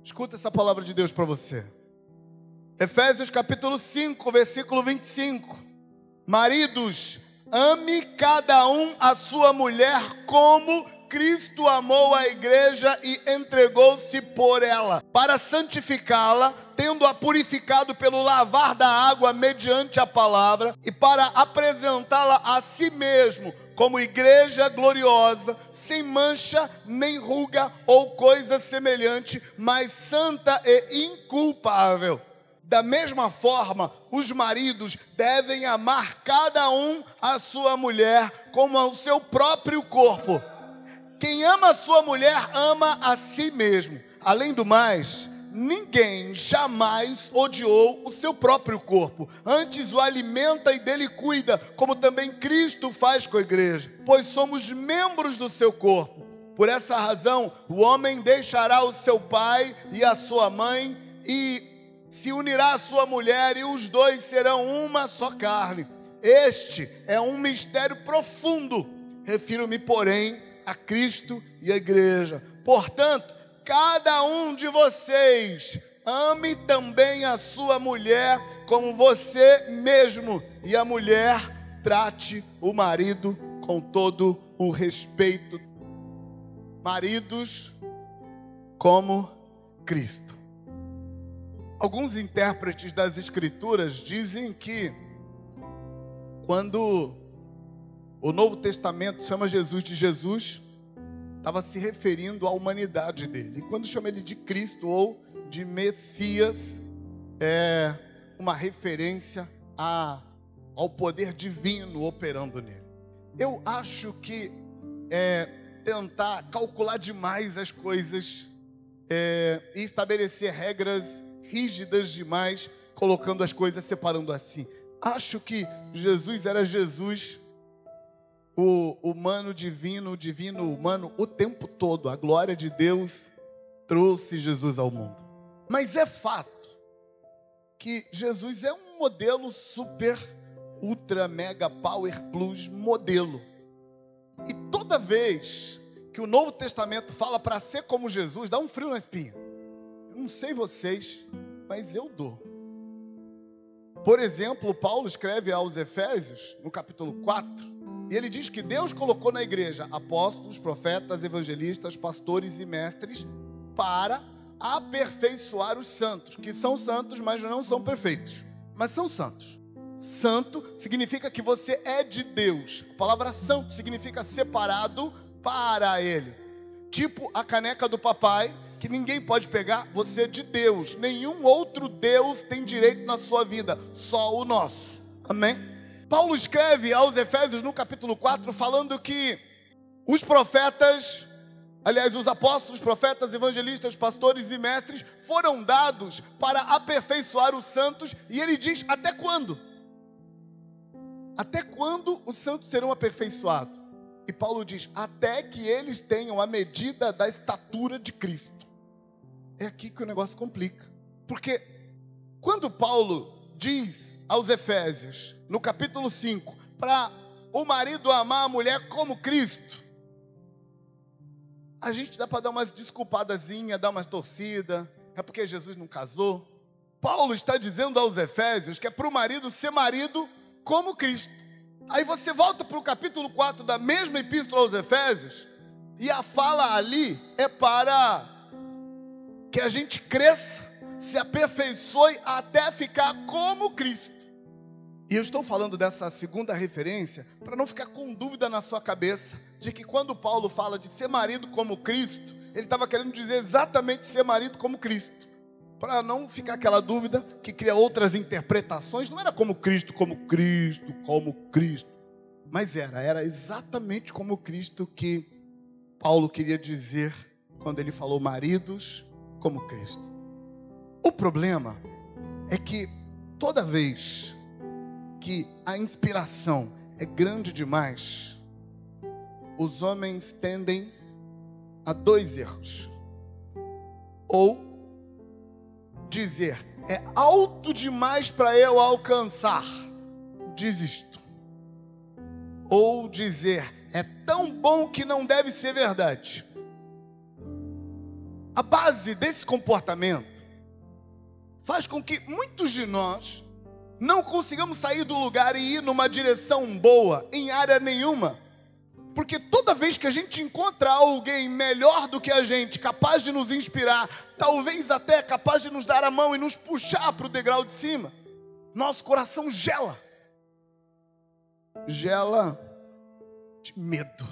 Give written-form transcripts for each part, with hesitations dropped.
Escuta essa palavra de Deus para você. Efésios capítulo 5, versículo 25. Maridos, ame cada um a sua mulher como Cristo amou a igreja e entregou-se por ela, para santificá-la, tendo-a purificado pelo lavar da água mediante a palavra, e para apresentá-la a si mesmo como igreja gloriosa, sem mancha, nem ruga ou coisa semelhante, mas santa e inculpável. Da mesma forma, os maridos devem amar cada um a sua mulher como ao seu próprio corpo. Quem ama a sua mulher, ama a si mesmo. Além do mais, ninguém jamais odiou o seu próprio corpo. Antes o alimenta e dele cuida, como também Cristo faz com a igreja. Pois somos membros do seu corpo. Por essa razão, o homem deixará o seu pai e a sua mãe e se unirá à sua mulher, e os dois serão uma só carne. Este é um mistério profundo. Refiro-me, porém, a Cristo e a igreja. Portanto, cada um de vocês ame também a sua mulher como você mesmo, e a mulher trate o marido com todo o respeito. Maridos como Cristo. Alguns intérpretes das Escrituras dizem que quando o Novo Testamento chama Jesus de Jesus, estava se referindo à humanidade dele. E quando chama ele de Cristo ou de Messias, é uma referência ao poder divino operando nele. Eu acho que tentar calcular demais as coisas e estabelecer regras rígidas demais, colocando as coisas, separando assim. Acho que Jesus era Jesus, o humano divino, o divino humano, o tempo todo. A glória de Deus trouxe Jesus ao mundo. Mas é fato que Jesus é um modelo super, ultra, mega, power, plus, modelo. E toda vez que o Novo Testamento fala para ser como Jesus, dá um frio na espinha. Eu não sei vocês, mas eu dou. Por exemplo, Paulo escreve aos Efésios, no capítulo 4, e ele diz que Deus colocou na igreja apóstolos, profetas, evangelistas, pastores e mestres para aperfeiçoar os santos, que são santos, mas não são perfeitos, mas são santos. Santo significa que você é de Deus. A palavra santo significa separado para Ele. Tipo a caneca do papai, que ninguém pode pegar, você é de Deus. Nenhum outro Deus tem direito na sua vida, só o nosso. Amém? Paulo escreve aos Efésios no capítulo 4, falando que os profetas, aliás, os apóstolos, profetas, evangelistas, pastores e mestres foram dados para aperfeiçoar os santos, e ele diz, até quando? Até quando os santos serão aperfeiçoados? E Paulo diz, até que eles tenham a medida da estatura de Cristo. É aqui que o negócio complica. Porque quando Paulo diz aos Efésios, no capítulo 5, para o marido amar a mulher como Cristo, a gente dá para dar umas desculpadazinhas, dar umas torcidas, é porque Jesus não casou. Paulo está dizendo aos Efésios que é para o marido ser marido como Cristo. Aí você volta para o capítulo 4 da mesma epístola aos Efésios, e a fala ali é para que a gente cresça, se aperfeiçoe até ficar como Cristo. E eu estou falando dessa segunda referência para não ficar com dúvida na sua cabeça de que quando Paulo fala de ser marido como Cristo, ele estava querendo dizer exatamente ser marido como Cristo. Para não ficar aquela dúvida que cria outras interpretações. Não era como Cristo, mas era exatamente como Cristo que Paulo queria dizer quando ele falou maridos como Cristo. O problema é que toda vez que a inspiração é grande demais, os homens tendem a dois erros. Ou dizer, é alto demais para eu alcançar, desisto. Ou dizer, é tão bom que não deve ser verdade. A base desse comportamento faz com que muitos de nós não consigamos sair do lugar e ir numa direção boa em área nenhuma. Porque toda vez que a gente encontra alguém melhor do que a gente, capaz de nos inspirar, talvez até capaz de nos dar a mão e nos puxar para o degrau de cima, nosso coração gela. Gela de medo.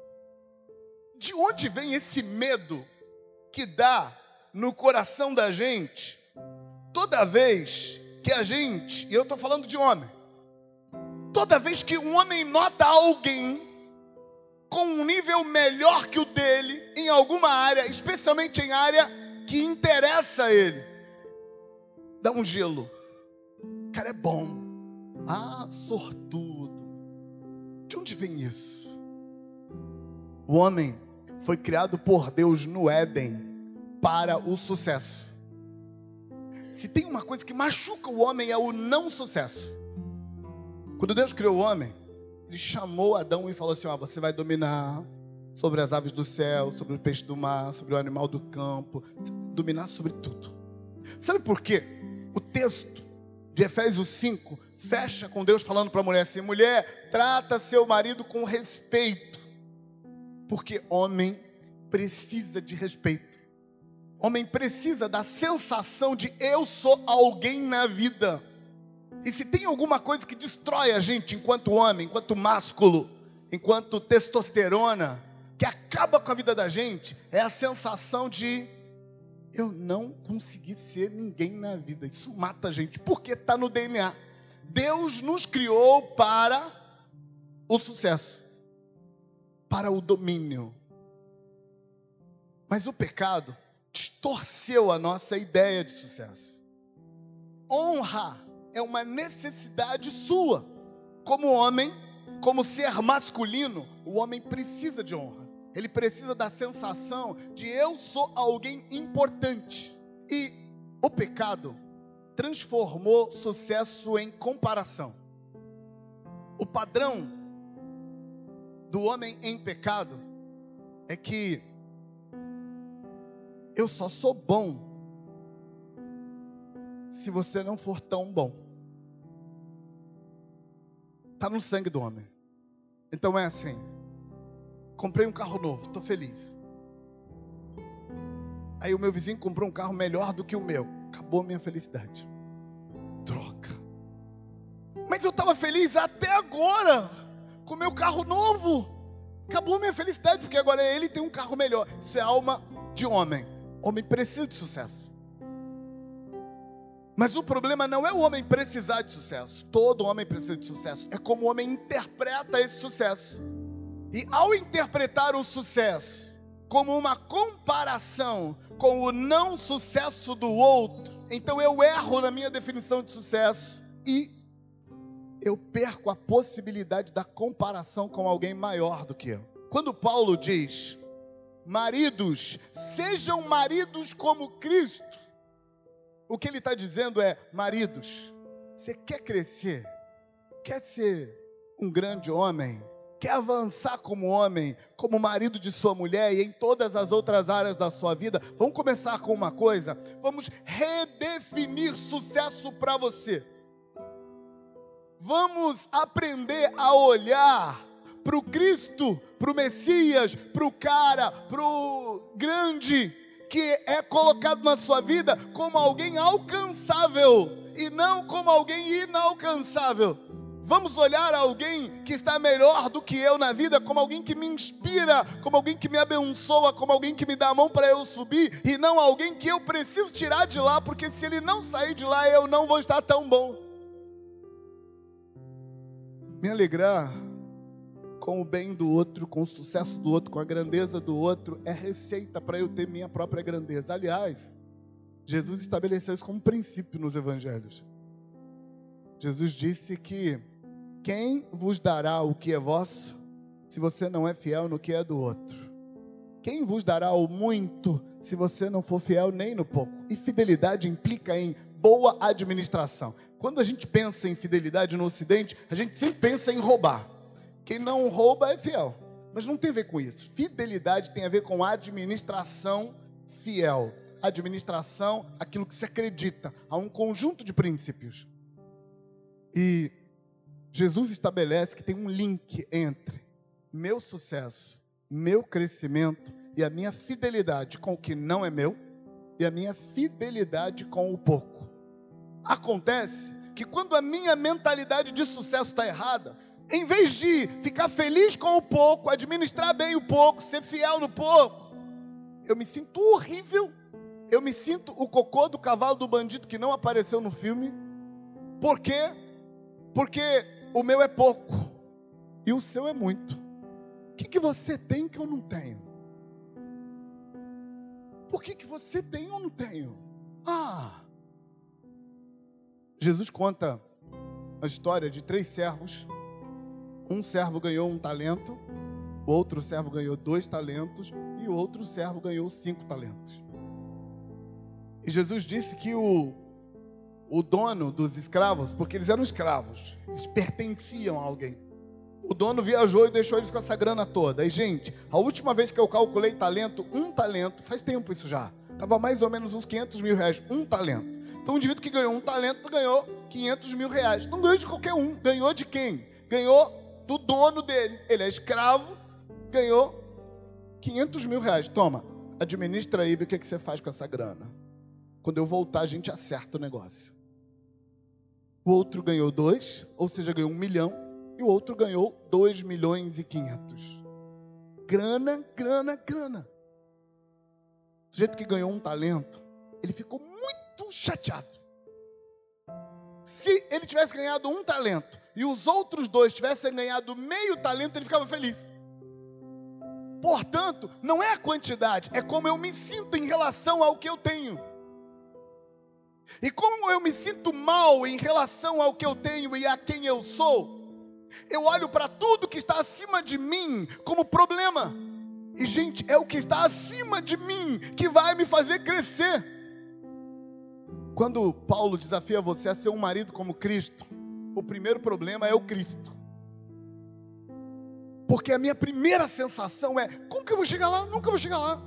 De onde vem esse medo que dá no coração da gente toda vez que a gente, e eu estou falando de homem, toda vez que um homem nota alguém com um nível melhor que o dele em alguma área, especialmente em área que interessa a ele, dá um gelo. O cara é bom. Ah, sortudo. De onde vem isso? O homem foi criado por Deus no Éden para o sucesso. Se tem uma coisa que machuca o homem é o não sucesso. Quando Deus criou o homem, Ele chamou Adão e falou assim: você vai dominar sobre as aves do céu, sobre o peixe do mar, sobre o animal do campo, dominar sobre tudo. Sabe por quê? O texto de Efésios 5 fecha com Deus falando para a mulher assim: mulher, trata seu marido com respeito, porque homem precisa de respeito. Homem precisa da sensação de eu sou alguém na vida. E se tem alguma coisa que destrói a gente enquanto homem, enquanto másculo, enquanto testosterona, que acaba com a vida da gente, é a sensação de eu não consegui ser ninguém na vida. Isso mata a gente, porque está no DNA. Deus nos criou para o sucesso, para o domínio. Mas o pecado distorceu a nossa ideia de sucesso. Honra é uma necessidade sua. Como homem, como ser masculino, o homem precisa de honra. Ele precisa da sensação de eu sou alguém importante. E o pecado transformou sucesso em comparação. O padrão do homem em pecado é que eu só sou bom se você não for tão bom. Está no sangue do homem. Então é assim: comprei um carro novo, estou feliz. Aí o meu vizinho comprou um carro melhor do que o meu. Acabou a minha felicidade. Droga. Mas eu estava feliz até agora com o meu carro novo. Acabou a minha felicidade, porque agora ele tem um carro melhor. Isso é alma de homem. Homem precisa de sucesso. Mas o problema não é o homem precisar de sucesso. Todo homem precisa de sucesso. É como o homem interpreta esse sucesso. E ao interpretar o sucesso como uma comparação com o não sucesso do outro, então eu erro na minha definição de sucesso e eu perco a possibilidade da comparação com alguém maior do que eu. Quando Paulo diz: maridos, sejam maridos como Cristo, o que ele está dizendo é: maridos, você quer crescer? Quer ser um grande homem? Quer avançar como homem, como marido de sua mulher e em todas as outras áreas da sua vida? Vamos começar com uma coisa. Vamos redefinir sucesso para você. Vamos aprender a olhar para o Cristo, para o Messias, para o cara, para o grande que é colocado na sua vida como alguém alcançável e não como alguém inalcançável. Vamos olhar alguém que está melhor do que eu na vida como alguém que me inspira, como alguém que me abençoa, como alguém que me dá a mão para eu subir, e não alguém que eu preciso tirar de lá, porque se ele não sair de lá, eu não vou estar tão bom. Me alegrar com o bem do outro, com o sucesso do outro, com a grandeza do outro, é receita para eu ter minha própria grandeza. Aliás, Jesus estabeleceu isso como princípio nos evangelhos. Jesus disse que quem vos dará o que é vosso, se você não é fiel no que é do outro? Quem vos dará o muito, se você não for fiel nem no pouco? E fidelidade implica em boa administração. Quando a gente pensa em fidelidade no Ocidente, a gente sempre pensa em roubar. Quem não rouba é fiel. Mas não tem a ver com isso. Fidelidade tem a ver com administração fiel. Administração, aquilo que se acredita, a um conjunto de princípios. E Jesus estabelece que tem um link entre meu sucesso, meu crescimento e a minha fidelidade com o que não é meu e a minha fidelidade com o pouco. Acontece que quando a minha mentalidade de sucesso está errada, em vez de ficar feliz com o pouco, administrar bem o pouco, ser fiel no pouco, eu me sinto horrível, eu me sinto o cocô do cavalo do bandido que não apareceu no filme. Por quê? Porque o meu é pouco e o seu é muito. O que você tem que eu não tenho? Por que você tem e eu não tenho? Jesus conta a história de 3 servos. Um servo ganhou 1 talento, o outro servo ganhou 2 talentos e o outro servo ganhou 5 talentos. E Jesus disse que o dono dos escravos, porque eles eram escravos, eles pertenciam a alguém. O dono viajou e deixou eles com essa grana toda. E, gente, a última vez que eu calculei talento, 1 talento, faz tempo isso já, estava mais ou menos uns 500 mil reais, 1 talento. Então, um indivíduo que ganhou 1 talento ganhou 500 mil reais. Não ganhou de qualquer um. Ganhou de quem? Ganhou do dono dele. Ele é escravo, ganhou 500 mil reais. Toma, administra aí, vê o que você faz com essa grana. Quando eu voltar, a gente acerta o negócio. O outro ganhou 2, ou seja, ganhou 1 milhão, e o outro ganhou 2 milhões e 500. Grana, grana, grana. O sujeito que ganhou 1 talento, ele ficou muito chateado. Se ele tivesse ganhado 1 talento, e os outros 2 tivessem ganhado meio talento, ele ficava feliz. Portanto, não é a quantidade, é como eu me sinto em relação ao que eu tenho. E como eu me sinto mal em relação ao que eu tenho e a quem eu sou, eu olho para tudo que está acima de mim como problema. E, gente, é o que está acima de mim que vai me fazer crescer. Quando Paulo desafia você a ser um marido como Cristo, o primeiro problema é o Cristo. Porque a minha primeira sensação é: como que eu vou chegar lá? Nunca vou chegar lá.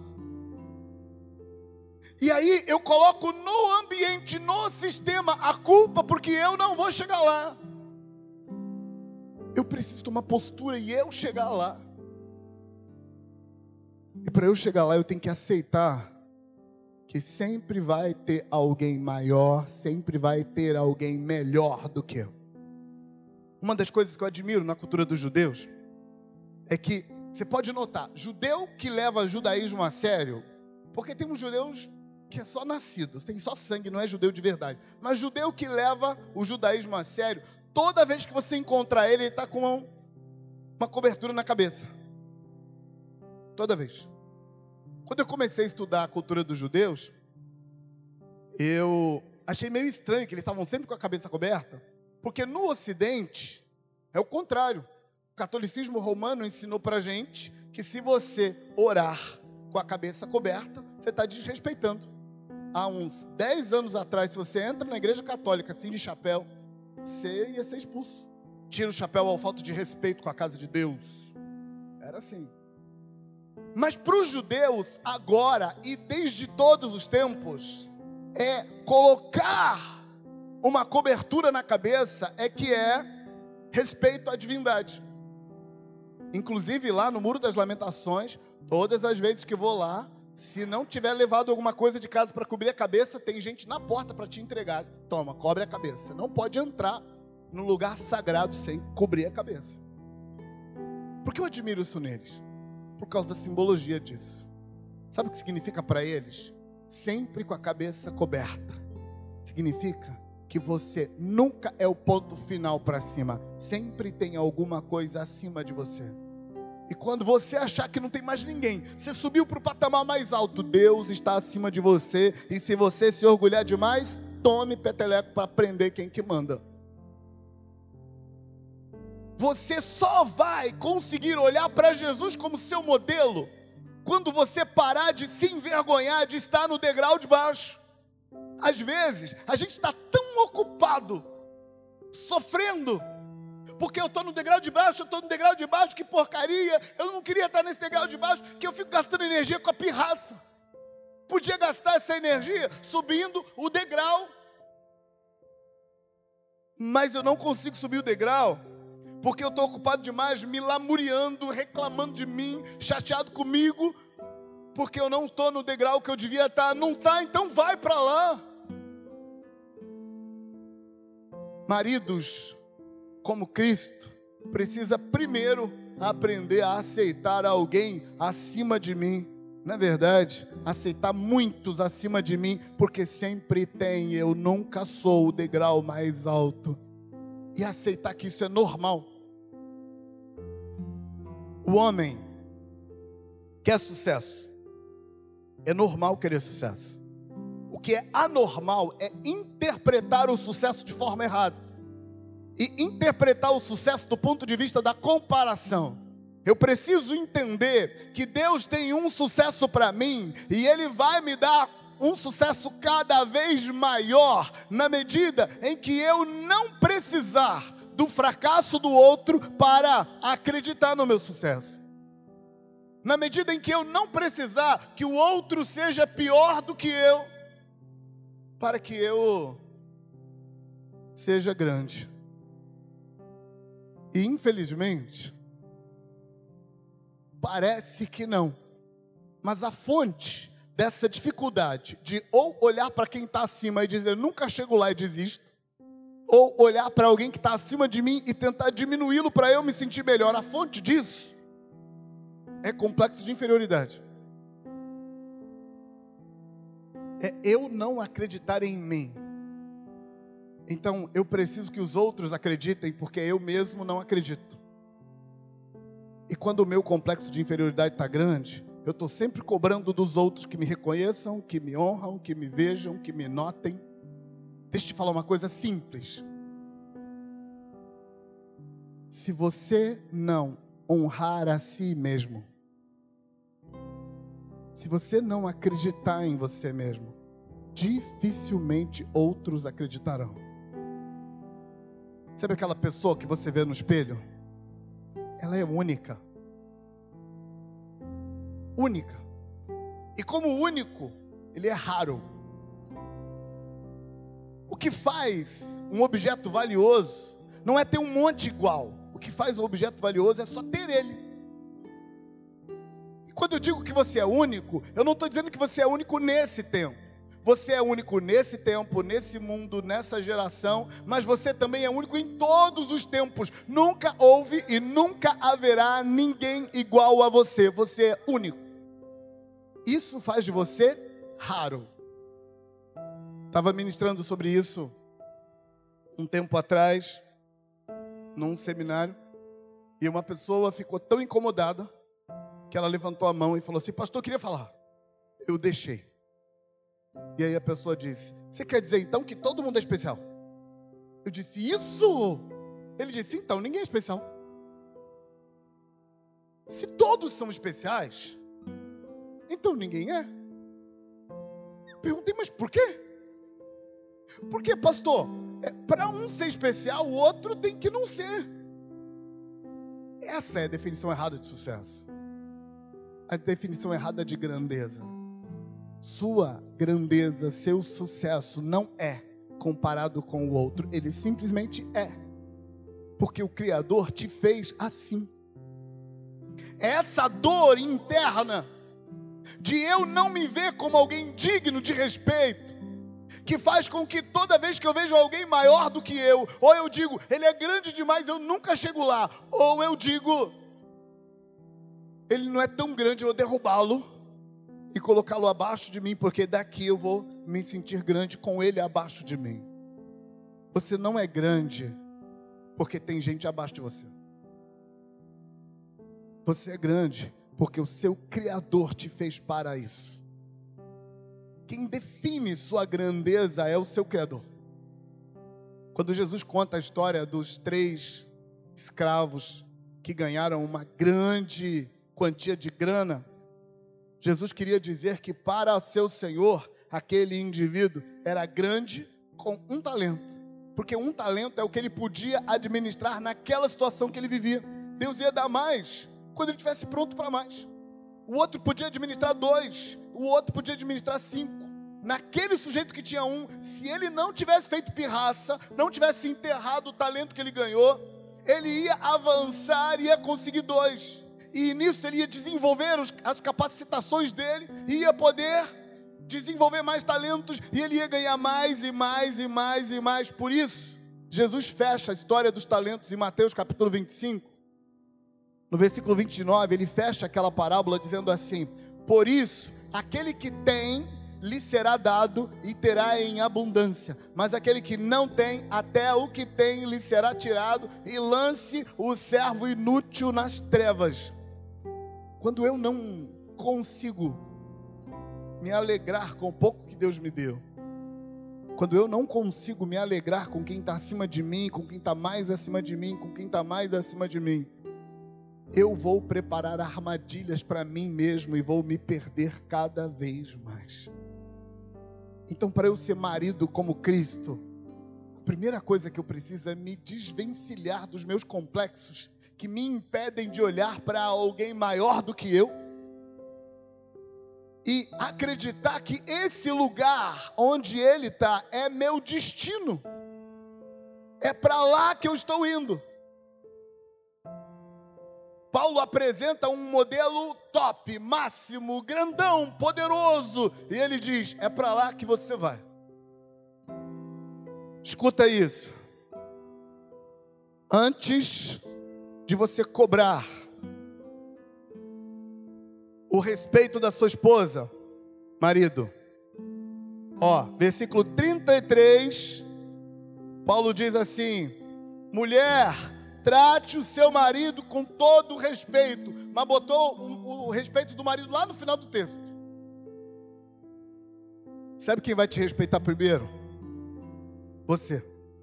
E aí eu coloco no ambiente, no sistema, a culpa porque eu não vou chegar lá. Eu preciso tomar postura e eu chegar lá. E para eu chegar lá eu tenho que aceitar que sempre vai ter alguém maior, sempre vai ter alguém melhor do que eu. Uma das coisas que eu admiro na cultura dos judeus é que, você pode notar, judeu que leva judaísmo a sério, porque tem uns judeus que é só nascido, tem só sangue, não é judeu de verdade. Mas judeu que leva o judaísmo a sério, toda vez que você encontrar ele está com uma cobertura na cabeça. Toda vez. Quando eu comecei a estudar a cultura dos judeus, eu achei meio estranho que eles estavam sempre com a cabeça coberta, porque no Ocidente é o contrário. O catolicismo romano ensinou pra gente que se você orar com a cabeça coberta, você está desrespeitando. Há uns 10 anos atrás, se você entra na igreja católica assim de chapéu, você ia ser expulso. Tira o chapéu ao falta de respeito com a casa de Deus. Era assim. Mas para os judeus, agora e desde todos os tempos, é colocar uma cobertura na cabeça que é respeito à divindade. Inclusive lá no Muro das Lamentações, todas as vezes que vou lá, se não tiver levado alguma coisa de casa para cobrir a cabeça, tem gente na porta para te entregar. Toma, cobre a cabeça. Não pode entrar no lugar sagrado sem cobrir a cabeça. Por que eu admiro isso neles? Por causa da simbologia disso. Sabe o que significa para eles? Sempre com a cabeça coberta. Significa que você nunca é o ponto final para cima. Sempre tem alguma coisa acima de você. E quando você achar que não tem mais ninguém, você subiu para o patamar mais alto, Deus está acima de você. E se você se orgulhar demais, tome peteleco para aprender quem que manda. Você só vai conseguir olhar para Jesus como seu modelo quando você parar de se envergonhar de estar no degrau de baixo. Às vezes, a gente está tão ocupado, sofrendo, porque eu estou no degrau de baixo, que porcaria, eu não queria estar nesse degrau de baixo, que eu fico gastando energia com a pirraça. Podia gastar essa energia subindo o degrau. Mas eu não consigo subir o degrau, porque eu estou ocupado demais, me lamuriando, reclamando de mim, chateado comigo, porque eu não estou no degrau que eu devia estar. Não está, então vai para lá. Maridos, como Cristo, precisa primeiro aprender a aceitar alguém acima de mim. Não é verdade? Aceitar muitos acima de mim, porque sempre tem, eu nunca sou o degrau mais alto. E aceitar que isso é normal. O homem quer sucesso. É normal querer sucesso. O que é anormal é interpretar o sucesso de forma errada. E interpretar o sucesso do ponto de vista da comparação. Eu preciso entender que Deus tem um sucesso para mim e Ele vai me dar um sucesso cada vez maior na medida em que eu não precisar do fracasso do outro para acreditar no meu sucesso. Na medida em que eu não precisar que o outro seja pior do que eu para que eu seja grande. E infelizmente parece que não. Mas a fonte dessa dificuldade de ou olhar para quem está acima e dizer, nunca chego lá e desisto, ou olhar para alguém que está acima de mim e tentar diminuí-lo para eu me sentir melhor, a fonte disso é complexo de inferioridade. É eu não acreditar em mim. Então eu preciso que os outros acreditem, porque eu mesmo não acredito. E quando o meu complexo de inferioridade está grande, eu estou sempre cobrando dos outros que me reconheçam, que me honram, que me vejam, que me notem. Deixa eu te falar uma coisa simples. Se você não honrar a si mesmo, se você não acreditar em você mesmo, dificilmente outros acreditarão. Sabe aquela pessoa que você vê no espelho? Ela é única. Única. E como único, ele é raro. O que faz um objeto valioso não é ter um monte igual. O que faz um objeto valioso é só ter ele. E quando eu digo que você é único, eu não estou dizendo que você é único nesse tempo. Você é único nesse tempo, nesse mundo, nessa geração, mas você também é único em todos os tempos. Nunca houve e nunca haverá ninguém igual a você. Você é único. Isso faz de você raro. Estava ministrando sobre isso um tempo atrás, num seminário, e uma pessoa ficou tão incomodada que ela levantou a mão e falou assim, pastor, eu queria falar. Eu deixei. E aí a pessoa disse, você quer dizer então que todo mundo é especial? Eu disse, isso? Ele disse, então ninguém é especial. Se todos são especiais, então ninguém é. Perguntei, mas por quê? Porque, pastor, para um ser especial, o outro tem que não ser. Essa é a definição errada de sucesso. A definição errada de grandeza. Sua grandeza, seu sucesso não é comparado com o outro. Ele simplesmente é. Porque o Criador te fez assim. Essa dor interna de eu não me ver como alguém digno de respeito, que faz com que toda vez que eu vejo alguém maior do que eu, ou eu digo, ele é grande demais, eu nunca chego lá, ou eu digo, ele não é tão grande, eu vou derrubá-lo e colocá-lo abaixo de mim, porque daqui eu vou me sentir grande com ele abaixo de mim. Você não é grande porque tem gente abaixo de você. Você é grande porque o seu Criador te fez para isso. Quem define sua grandeza é o seu Criador. Quando Jesus conta a história dos 3 escravos que ganharam uma grande quantia de grana, Jesus queria dizer que para seu Senhor, aquele indivíduo era grande com um talento. Porque um talento é o que ele podia administrar naquela situação que ele vivia. Deus ia dar mais quando ele estivesse pronto para mais. O outro podia administrar 2, o outro podia administrar 5. Naquele sujeito que tinha 1, se ele não tivesse feito pirraça, não tivesse enterrado o talento que ele ganhou, ele ia avançar e ia conseguir 2. E nisso ele ia desenvolver as capacitações dele, e ia poder desenvolver mais talentos, e ele ia ganhar mais e mais e mais e mais. Por isso, Jesus fecha a história dos talentos em Mateus capítulo 25. No versículo 29, ele fecha aquela parábola dizendo assim: por isso, aquele que tem, lhe será dado e terá em abundância, mas aquele que não tem, até o que tem lhe será tirado, e lance o servo inútil nas trevas. Quando eu não consigo me alegrar com o pouco que Deus me deu, quando eu não consigo me alegrar com quem está acima de mim, com quem está mais acima de mim, com quem está mais acima de mim, eu vou preparar armadilhas para mim mesmo e vou me perder cada vez mais. Então, para eu ser marido como Cristo, a primeira coisa que eu preciso é me desvencilhar dos meus complexos que me impedem de olhar para alguém maior do que eu e acreditar que esse lugar onde ele está é meu destino. É para lá que eu estou indo. Paulo apresenta um modelo top, máximo, grandão, poderoso. E ele diz, é para lá que você vai. Escuta isso. Antes de você cobrar o respeito da sua esposa, marido, versículo 33, Paulo diz assim: mulher, trate o seu marido com todo o respeito. Mas botou o respeito do marido lá no final do texto. Sabe quem vai te respeitar primeiro? Você.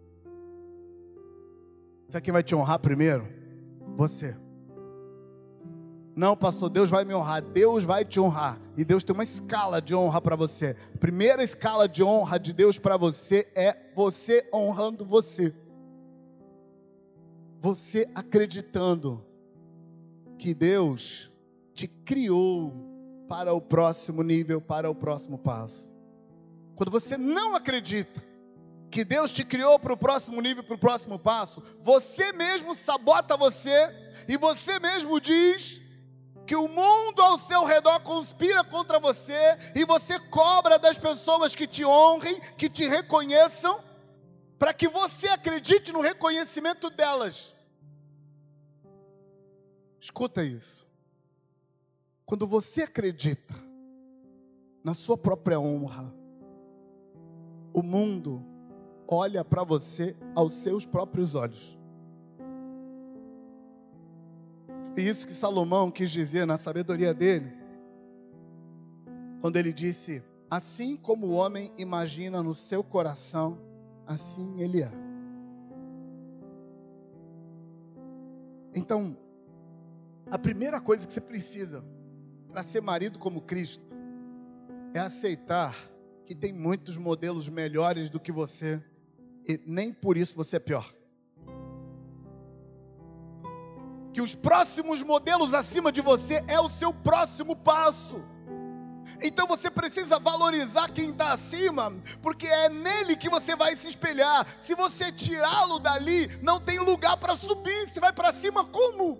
Sabe quem vai te honrar primeiro? Você. Não, pastor, Deus vai me honrar. Deus vai te honrar. E Deus tem uma escala de honra para você. A primeira escala de honra de Deus para você é você honrando você. Você acreditando que Deus te criou para o próximo nível, para o próximo passo. Quando você não acredita que Deus te criou para o próximo nível, para o próximo passo, você mesmo sabota você, e você mesmo diz que o mundo ao seu redor conspira contra você, e você cobra das pessoas que te honrem, que te reconheçam, para que você acredite no reconhecimento delas. Escuta isso. Quando você acredita na sua própria honra, o mundo olha para você aos seus próprios olhos. Foi isso que Salomão quis dizer na sabedoria dele, quando ele disse: assim como o homem imagina no seu coração, assim ele é. Então, a primeira coisa que você precisa para ser marido como Cristo é aceitar que tem muitos modelos melhores do que você, e nem por isso você é pior. Que os próximos modelos acima de você é o seu próximo passo. Então você precisa valorizar quem está acima, porque é nele que você vai se espelhar. Se você tirá-lo dali, não tem lugar para subir. Você vai para cima como?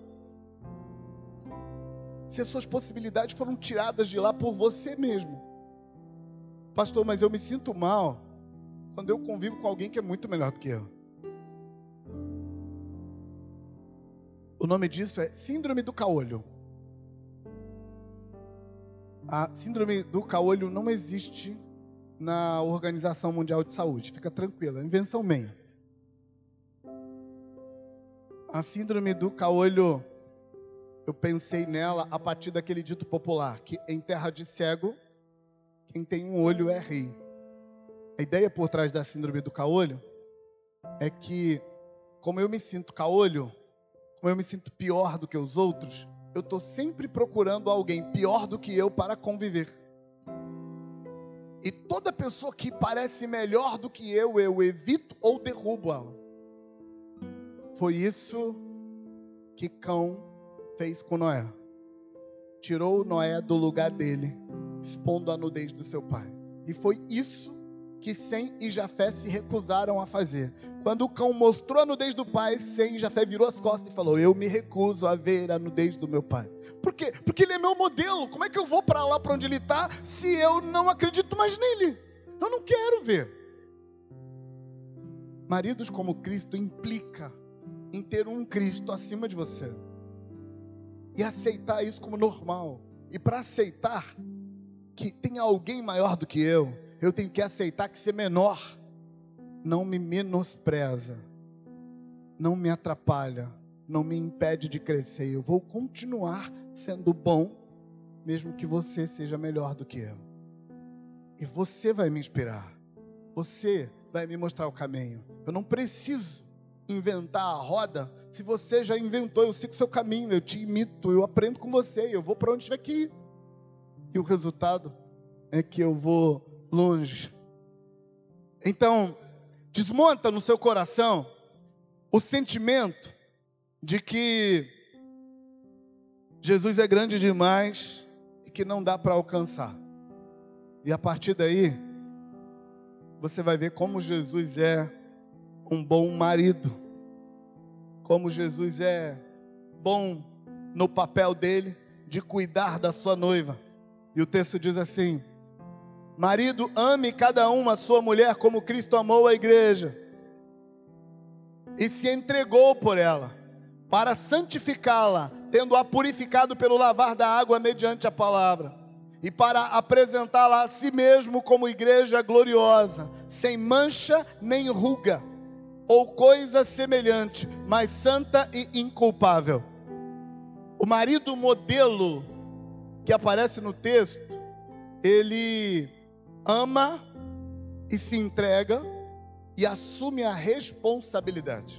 Se as suas possibilidades foram tiradas de lá por você mesmo. Pastor, mas eu me sinto mal quando eu convivo com alguém que é muito melhor do que eu. O nome disso é síndrome do caolho. A síndrome do caolho não existe na Organização Mundial de Saúde. Fica tranquila, invenção minha. A síndrome do caolho, eu pensei nela a partir daquele dito popular, que em terra de cego, quem tem um olho é rei. A ideia por trás da síndrome do caolho é que, como eu me sinto caolho, como eu me sinto pior do que os outros, eu estou sempre procurando alguém pior do que eu para conviver. E toda pessoa que parece melhor do que eu evito ou derrubo ela. Foi isso que Cão fez com Noé. Tirou Noé do lugar dele, expondo a nudez do seu pai. E foi isso que Sem e Jafé se recusaram a fazer. Quando o cão mostrou a nudez do pai, Sem e Jafé virou as costas e falou: eu me recuso a ver a nudez do meu pai. Por quê? Porque ele é meu modelo. Como é que eu vou para lá, para onde ele está, se eu não acredito mais nele? Eu não quero ver. Maridos como Cristo implica em ter um Cristo acima de você e aceitar isso como normal. E para aceitar que tem alguém maior do que eu tenho que aceitar que ser menor não me menospreza, não me atrapalha, não me impede de crescer. Eu vou continuar sendo bom, mesmo que você seja melhor do que eu. E você vai me inspirar, você vai me mostrar o caminho. Eu não preciso inventar a roda. Se você já inventou, eu sigo o seu caminho, eu te imito, eu aprendo com você, eu vou para onde tiver que ir. E o resultado é que eu vou longe. Então, desmonta no seu coração o sentimento de que Jesus é grande demais e que não dá para alcançar. E a partir daí, você vai ver como Jesus é um bom marido, como Jesus é bom no papel dele de cuidar da sua noiva. E o texto diz assim: marido, ame cada um a sua mulher como Cristo amou a igreja e se entregou por ela, para santificá-la, tendo-a purificado pelo lavar da água mediante a palavra, e para apresentá-la a si mesmo como igreja gloriosa, sem mancha nem ruga, ou coisa semelhante, mas santa e inculpável. O marido modelo que aparece no texto, ele ama e se entrega e assume a responsabilidade.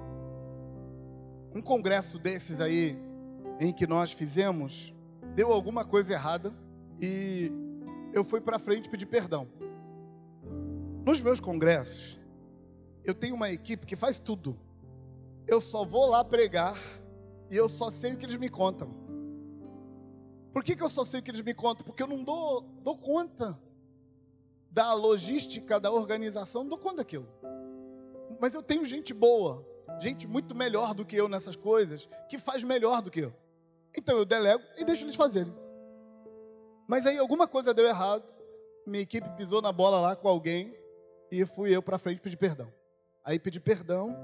Um congresso desses aí, em que nós fizemos, deu alguma coisa errada e eu fui para frente pedir perdão. Nos meus congressos, eu tenho uma equipe que faz tudo. Eu só vou lá pregar e eu só sei o que eles me contam. Por que eu só sei o que eles me contam? Porque eu não dou conta da logística, da organização, não dou conta daquilo. Mas eu tenho gente boa, gente muito melhor do que eu nessas coisas, que faz melhor do que eu. Então eu delego e deixo eles fazerem. Mas aí alguma coisa deu errado, minha equipe pisou na bola lá com alguém e fui eu para frente pedir perdão. Aí pedi perdão.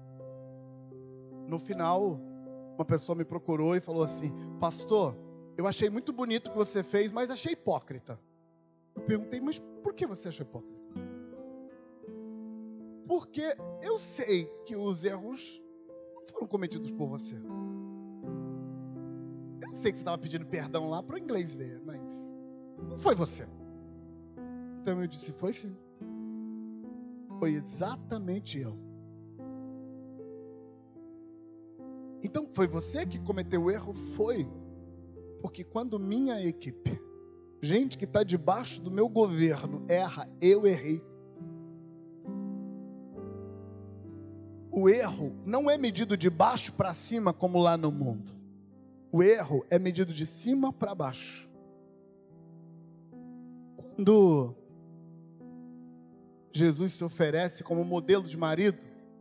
No final, uma pessoa me procurou e falou assim: pastor, eu achei muito bonito o que você fez, mas achei hipócrita. Eu perguntei: mas por que você achou hipócrita? Porque eu sei que os erros não foram cometidos por você. Eu sei que você estava pedindo perdão lá para o inglês ver, mas não foi você. Então eu disse: foi sim. Foi exatamente eu. Então foi você que cometeu o erro? Foi. Porque quando minha equipe, gente que está debaixo do meu governo, erra, eu errei. O erro não é medido de baixo para cima como lá no mundo. O erro é medido de cima para baixo. Quando Jesus se oferece como modelo de marido,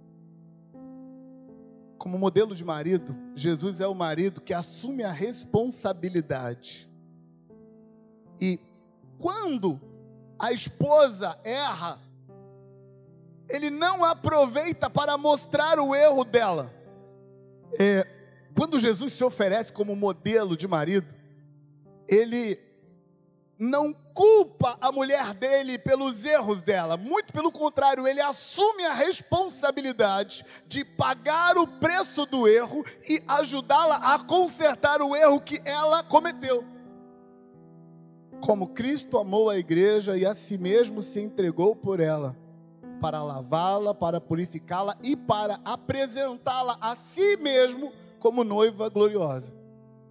Jesus é o marido que assume a responsabilidade. E quando a esposa erra, ele não aproveita para mostrar o erro dela. Quando Jesus se oferece como modelo de marido, ele não culpa a mulher dele pelos erros dela. Muito pelo contrário, ele assume a responsabilidade de pagar o preço do erro e ajudá-la a consertar o erro que ela cometeu. Como Cristo amou a igreja e a si mesmo se entregou por ela, para lavá-la, para purificá-la e para apresentá-la a si mesmo como noiva gloriosa.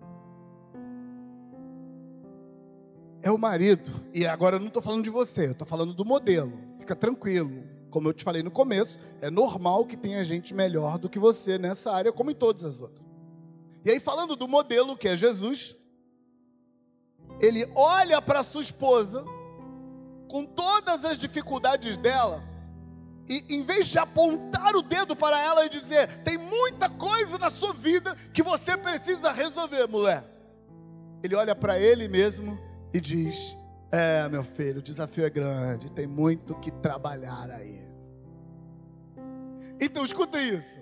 É o marido, e agora eu não estou falando de você, eu estou falando do modelo. Fica tranquilo, como eu te falei no começo, é normal que tenha gente melhor do que você nessa área, como em todas as outras. E aí, falando do modelo que é Jesus, ele olha para sua esposa, com todas as dificuldades dela, e em vez de apontar o dedo para ela e dizer, tem muita coisa na sua vida que você precisa resolver, mulher. Ele olha para ele mesmo e diz, meu filho, o desafio é grande, tem muito que trabalhar aí. Então escuta isso.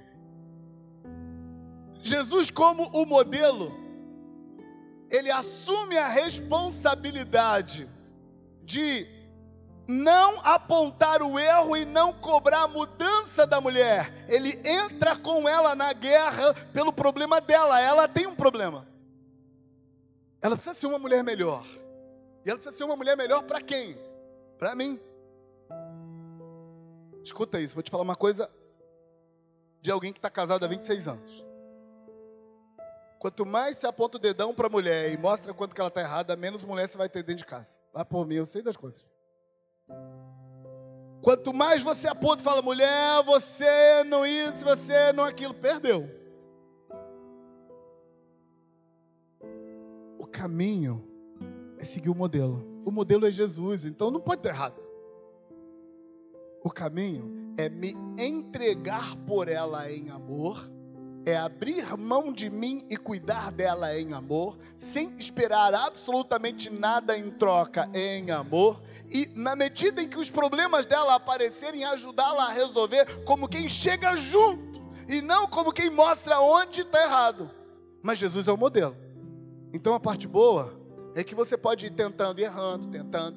Jesus, como o modelo, ele assume a responsabilidade de não apontar o erro e não cobrar a mudança da mulher. Ele entra com ela na guerra pelo problema dela. Ela tem um problema. Ela precisa ser uma mulher melhor. E ela precisa ser uma mulher melhor para quem? Para mim. Escuta isso, vou te falar uma coisa de alguém que está casado há 26 anos. Quanto mais você aponta o dedão para a mulher e mostra quanto que ela está errada, menos mulher você vai ter dentro de casa. Vai por mim, eu sei das coisas. Quanto mais você aponta e fala, mulher, você não isso, você não aquilo, perdeu. O caminho é seguir o modelo. O modelo é Jesus, então não pode estar errado. O caminho é me entregar por ela em amor, é abrir mão de mim e cuidar dela em amor, sem esperar absolutamente nada em troca em amor, e na medida em que os problemas dela aparecerem, ajudá-la a resolver como quem chega junto, e não como quem mostra onde está errado. Mas Jesus é o modelo. Então a parte boa é que você pode ir tentando e errando,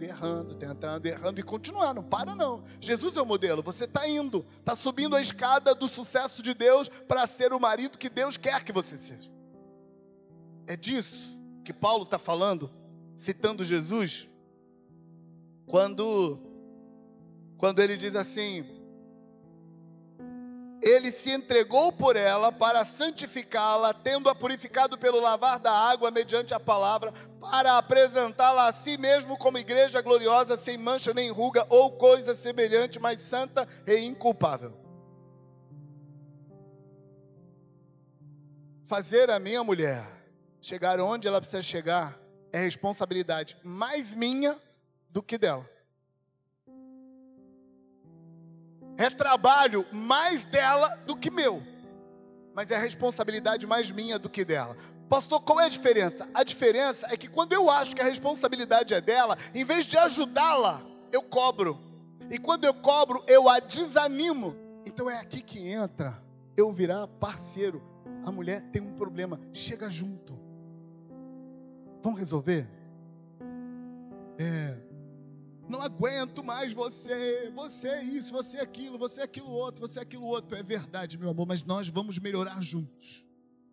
e continuar, não para não. Jesus é o modelo, você está indo, está subindo a escada do sucesso de Deus para ser o marido que Deus quer que você seja. É disso que Paulo está falando, citando Jesus, quando ele diz assim, ele se entregou por ela para santificá-la, tendo-a purificado pelo lavar da água mediante a palavra, para apresentá-la a si mesmo como igreja gloriosa, sem mancha nem ruga ou coisa semelhante, mas santa e inculpável. Fazer a minha mulher chegar onde ela precisa chegar é responsabilidade mais minha do que dela. É trabalho mais dela do que meu. Mas é responsabilidade mais minha do que dela. Pastor, qual é a diferença? A diferença é que quando eu acho que a responsabilidade é dela, em vez de ajudá-la, eu cobro. E quando eu cobro, eu a desanimo. Então é aqui que entra eu virar parceiro. A mulher tem um problema, chega junto. Vamos resolver? Não aguento mais você isso, você aquilo outro. É verdade, meu amor, mas nós vamos melhorar juntos.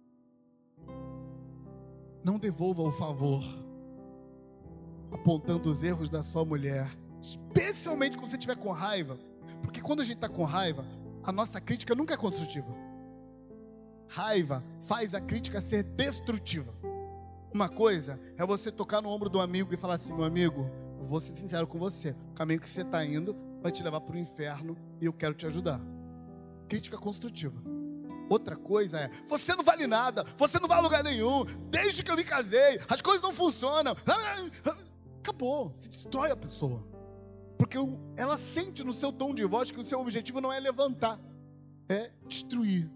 Não devolva o favor apontando os erros da sua mulher, especialmente quando você estiver com raiva, porque quando a gente está com raiva, a nossa crítica nunca é construtiva. Raiva faz a crítica ser destrutiva. Uma coisa é você tocar no ombro do amigo e falar assim, meu amigo, vou ser sincero com você, o caminho que você está indo vai te levar para o inferno e eu quero te ajudar. Crítica construtiva. Outra coisa é, você não vale nada, você não vai a lugar nenhum, desde que eu me casei, as coisas não funcionam. Acabou, se destrói a pessoa. Porque ela sente no seu tom de voz que o seu objetivo não é levantar, é destruir.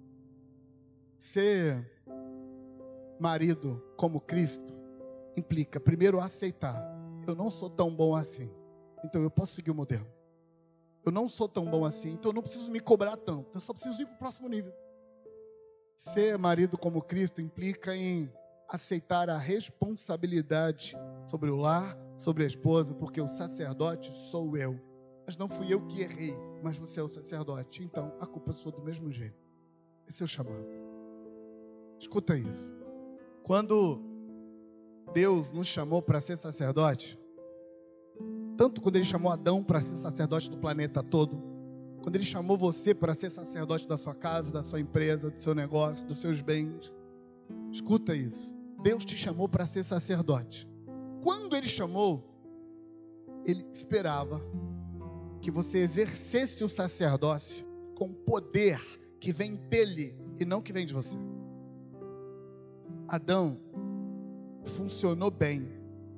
Ser marido como Cristo implica, primeiro, aceitar. Eu não sou tão bom assim, então eu posso seguir o modelo. Eu não sou tão bom assim, então eu não preciso me cobrar tanto. Eu só preciso ir para o próximo nível. Ser marido como Cristo implica em aceitar a responsabilidade sobre o lar, sobre a esposa, porque o sacerdote sou eu. Mas não fui eu que errei, mas você é o sacerdote. Então a culpa é sua do mesmo jeito. Esse é o chamado. Escuta isso. Quando Deus nos chamou para ser sacerdote, tanto quando Ele chamou Adão para ser sacerdote do planeta todo, quando Ele chamou você para ser sacerdote da sua casa, da sua empresa, do seu negócio, dos seus bens, escuta isso. Deus te chamou para ser sacerdote. Quando Ele chamou, Ele esperava que você exercesse o sacerdócio com poder que vem dEle e não que vem de você. Adão funcionou bem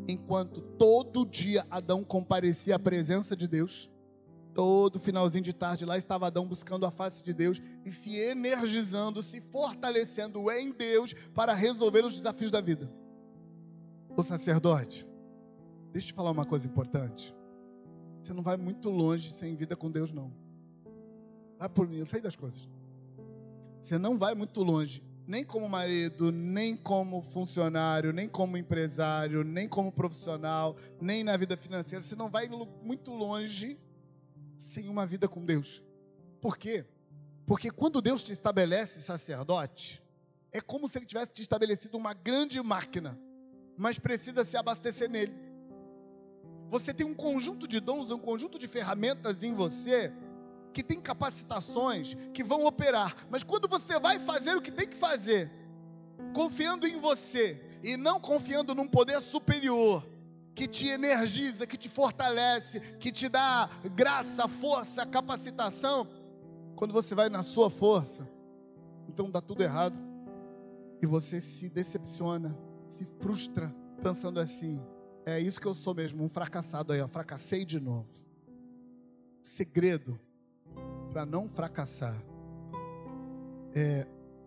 enquanto todo dia Adão comparecia à presença de Deus. Todo finalzinho de tarde lá estava Adão buscando a face de Deus e se energizando, se fortalecendo em Deus para resolver os desafios da vida. O sacerdote, deixa eu te falar uma coisa importante. Você não vai muito longe sem vida com Deus, não. Vai por mim, eu sei das coisas. Você não vai muito longe, nem como marido, nem como funcionário, nem como empresário, nem como profissional, nem na vida financeira. Você não vai muito longe sem uma vida com Deus. Por quê? Porque quando Deus te estabelece sacerdote, é como se Ele tivesse te estabelecido uma grande máquina, mas precisa se abastecer nele. Você tem um conjunto de dons, um conjunto de ferramentas em você, que tem capacitações que vão operar, mas quando você vai fazer o que tem que fazer, confiando em você, e não confiando num poder superior, que te energiza, que te fortalece, que te dá graça, força, capacitação, quando você vai na sua força, então dá tudo errado, e você se decepciona, se frustra, pensando assim, é isso que eu sou mesmo, um fracassado aí, ó, fracassei de novo. Segredo para não fracassar é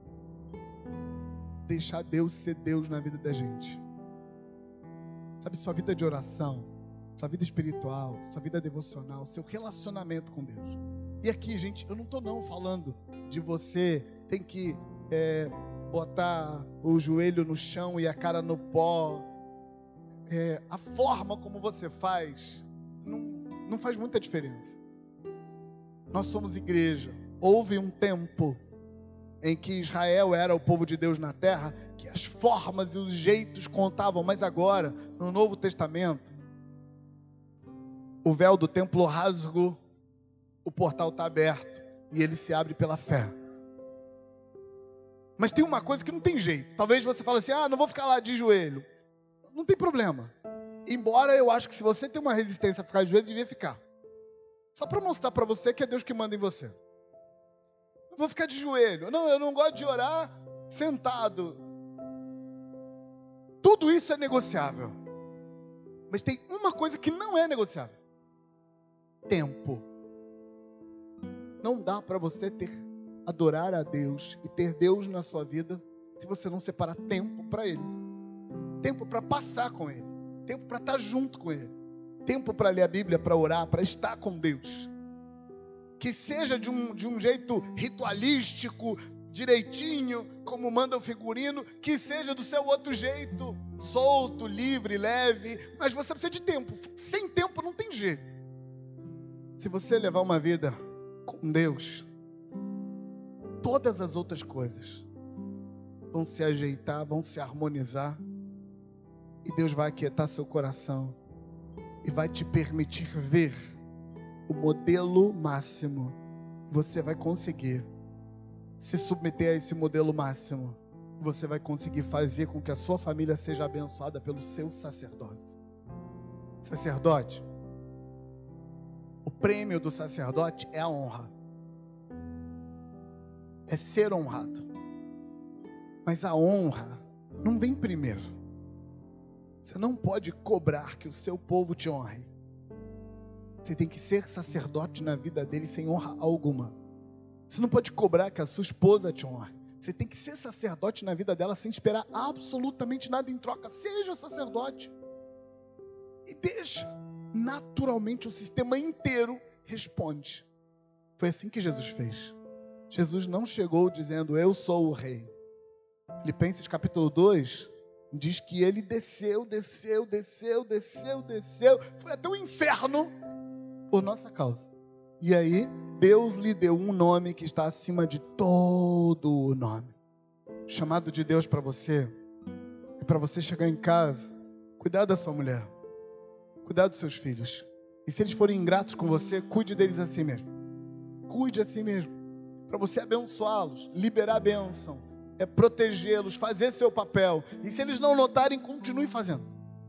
deixar Deus ser Deus na vida da gente. Sabe, sua vida de oração, sua vida espiritual, sua vida devocional, seu relacionamento com Deus. E aqui, gente, eu não estou falando de você tem que botar o joelho no chão e a cara no pó. A forma como você faz não faz muita diferença. Nós somos igreja. Houve um tempo em que Israel era o povo de Deus na terra, que as formas e os jeitos contavam, mas agora, no Novo Testamento, o véu do templo rasgou, o portal está aberto, e ele se abre pela fé. Mas tem uma coisa que não tem jeito. Talvez você fale assim, não vou ficar lá de joelho. Não tem problema. Embora eu acho que se você tem uma resistência a ficar de joelho, devia ficar. Só para mostrar para você que é Deus que manda em você. Eu vou ficar de joelho. Não, eu não gosto de orar sentado. Tudo isso é negociável. Mas tem uma coisa que não é negociável. Tempo. Não dá para você adorar a Deus e ter Deus na sua vida se você não separar tempo para Ele. Tempo para passar com Ele. Tempo para estar junto com Ele. Tempo para ler a Bíblia, para orar, para estar com Deus. Que seja de um jeito ritualístico, direitinho, como manda o figurino, que seja do seu outro jeito, solto, livre, leve, mas você precisa de tempo. Sem tempo não tem jeito. Se você levar uma vida com Deus, todas as outras coisas vão se ajeitar, vão se harmonizar, e Deus vai aquietar seu coração e vai te permitir ver o modelo máximo. Você vai conseguir se submeter a esse modelo máximo. Você vai conseguir fazer com que a sua família seja abençoada pelo seu sacerdote. Sacerdote, o prêmio do sacerdote é a honra. É ser honrado. Mas a honra não vem primeiro. Você não pode cobrar que o seu povo te honre. Você tem que ser sacerdote na vida dele sem honra alguma. Você não pode cobrar que a sua esposa te honre. Você tem que ser sacerdote na vida dela sem esperar absolutamente nada em troca. Seja sacerdote. E deixa. Naturalmente o sistema inteiro responde. Foi assim que Jesus fez. Jesus não chegou dizendo, eu sou o rei. Filipenses capítulo 2 diz que ele desceu. Foi até o inferno por nossa causa. E aí, Deus lhe deu um nome que está acima de todo o nome. O chamado de Deus para você é para você chegar em casa, cuidar da sua mulher, cuidar dos seus filhos. E se eles forem ingratos com você, cuide deles assim mesmo. Cuide assim mesmo. Para você abençoá-los, liberar a bênção, protegê-los, fazer seu papel. E se eles não notarem, continue fazendo.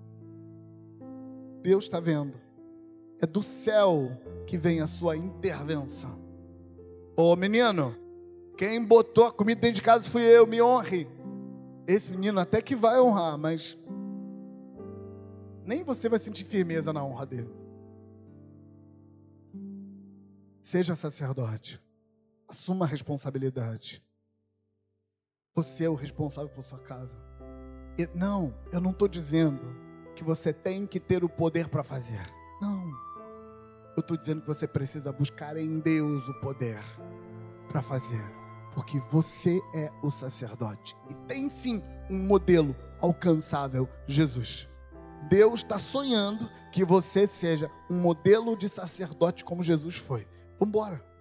Deus está vendo. É do céu que vem a sua intervenção. Ô menino, quem botou a comida dentro de casa fui eu, me honre. Esse menino até que vai honrar, mas Nem você vai sentir firmeza na honra dele. Seja sacerdote. Assuma a responsabilidade. Você é o responsável por sua casa. Não, eu não estou dizendo que você tem que ter o poder para fazer. Não. Eu estou dizendo que você precisa buscar em Deus o poder para fazer. Porque você é o sacerdote. E tem sim um modelo alcançável, Jesus. Deus está sonhando que você seja um modelo de sacerdote como Jesus foi. Vamos embora.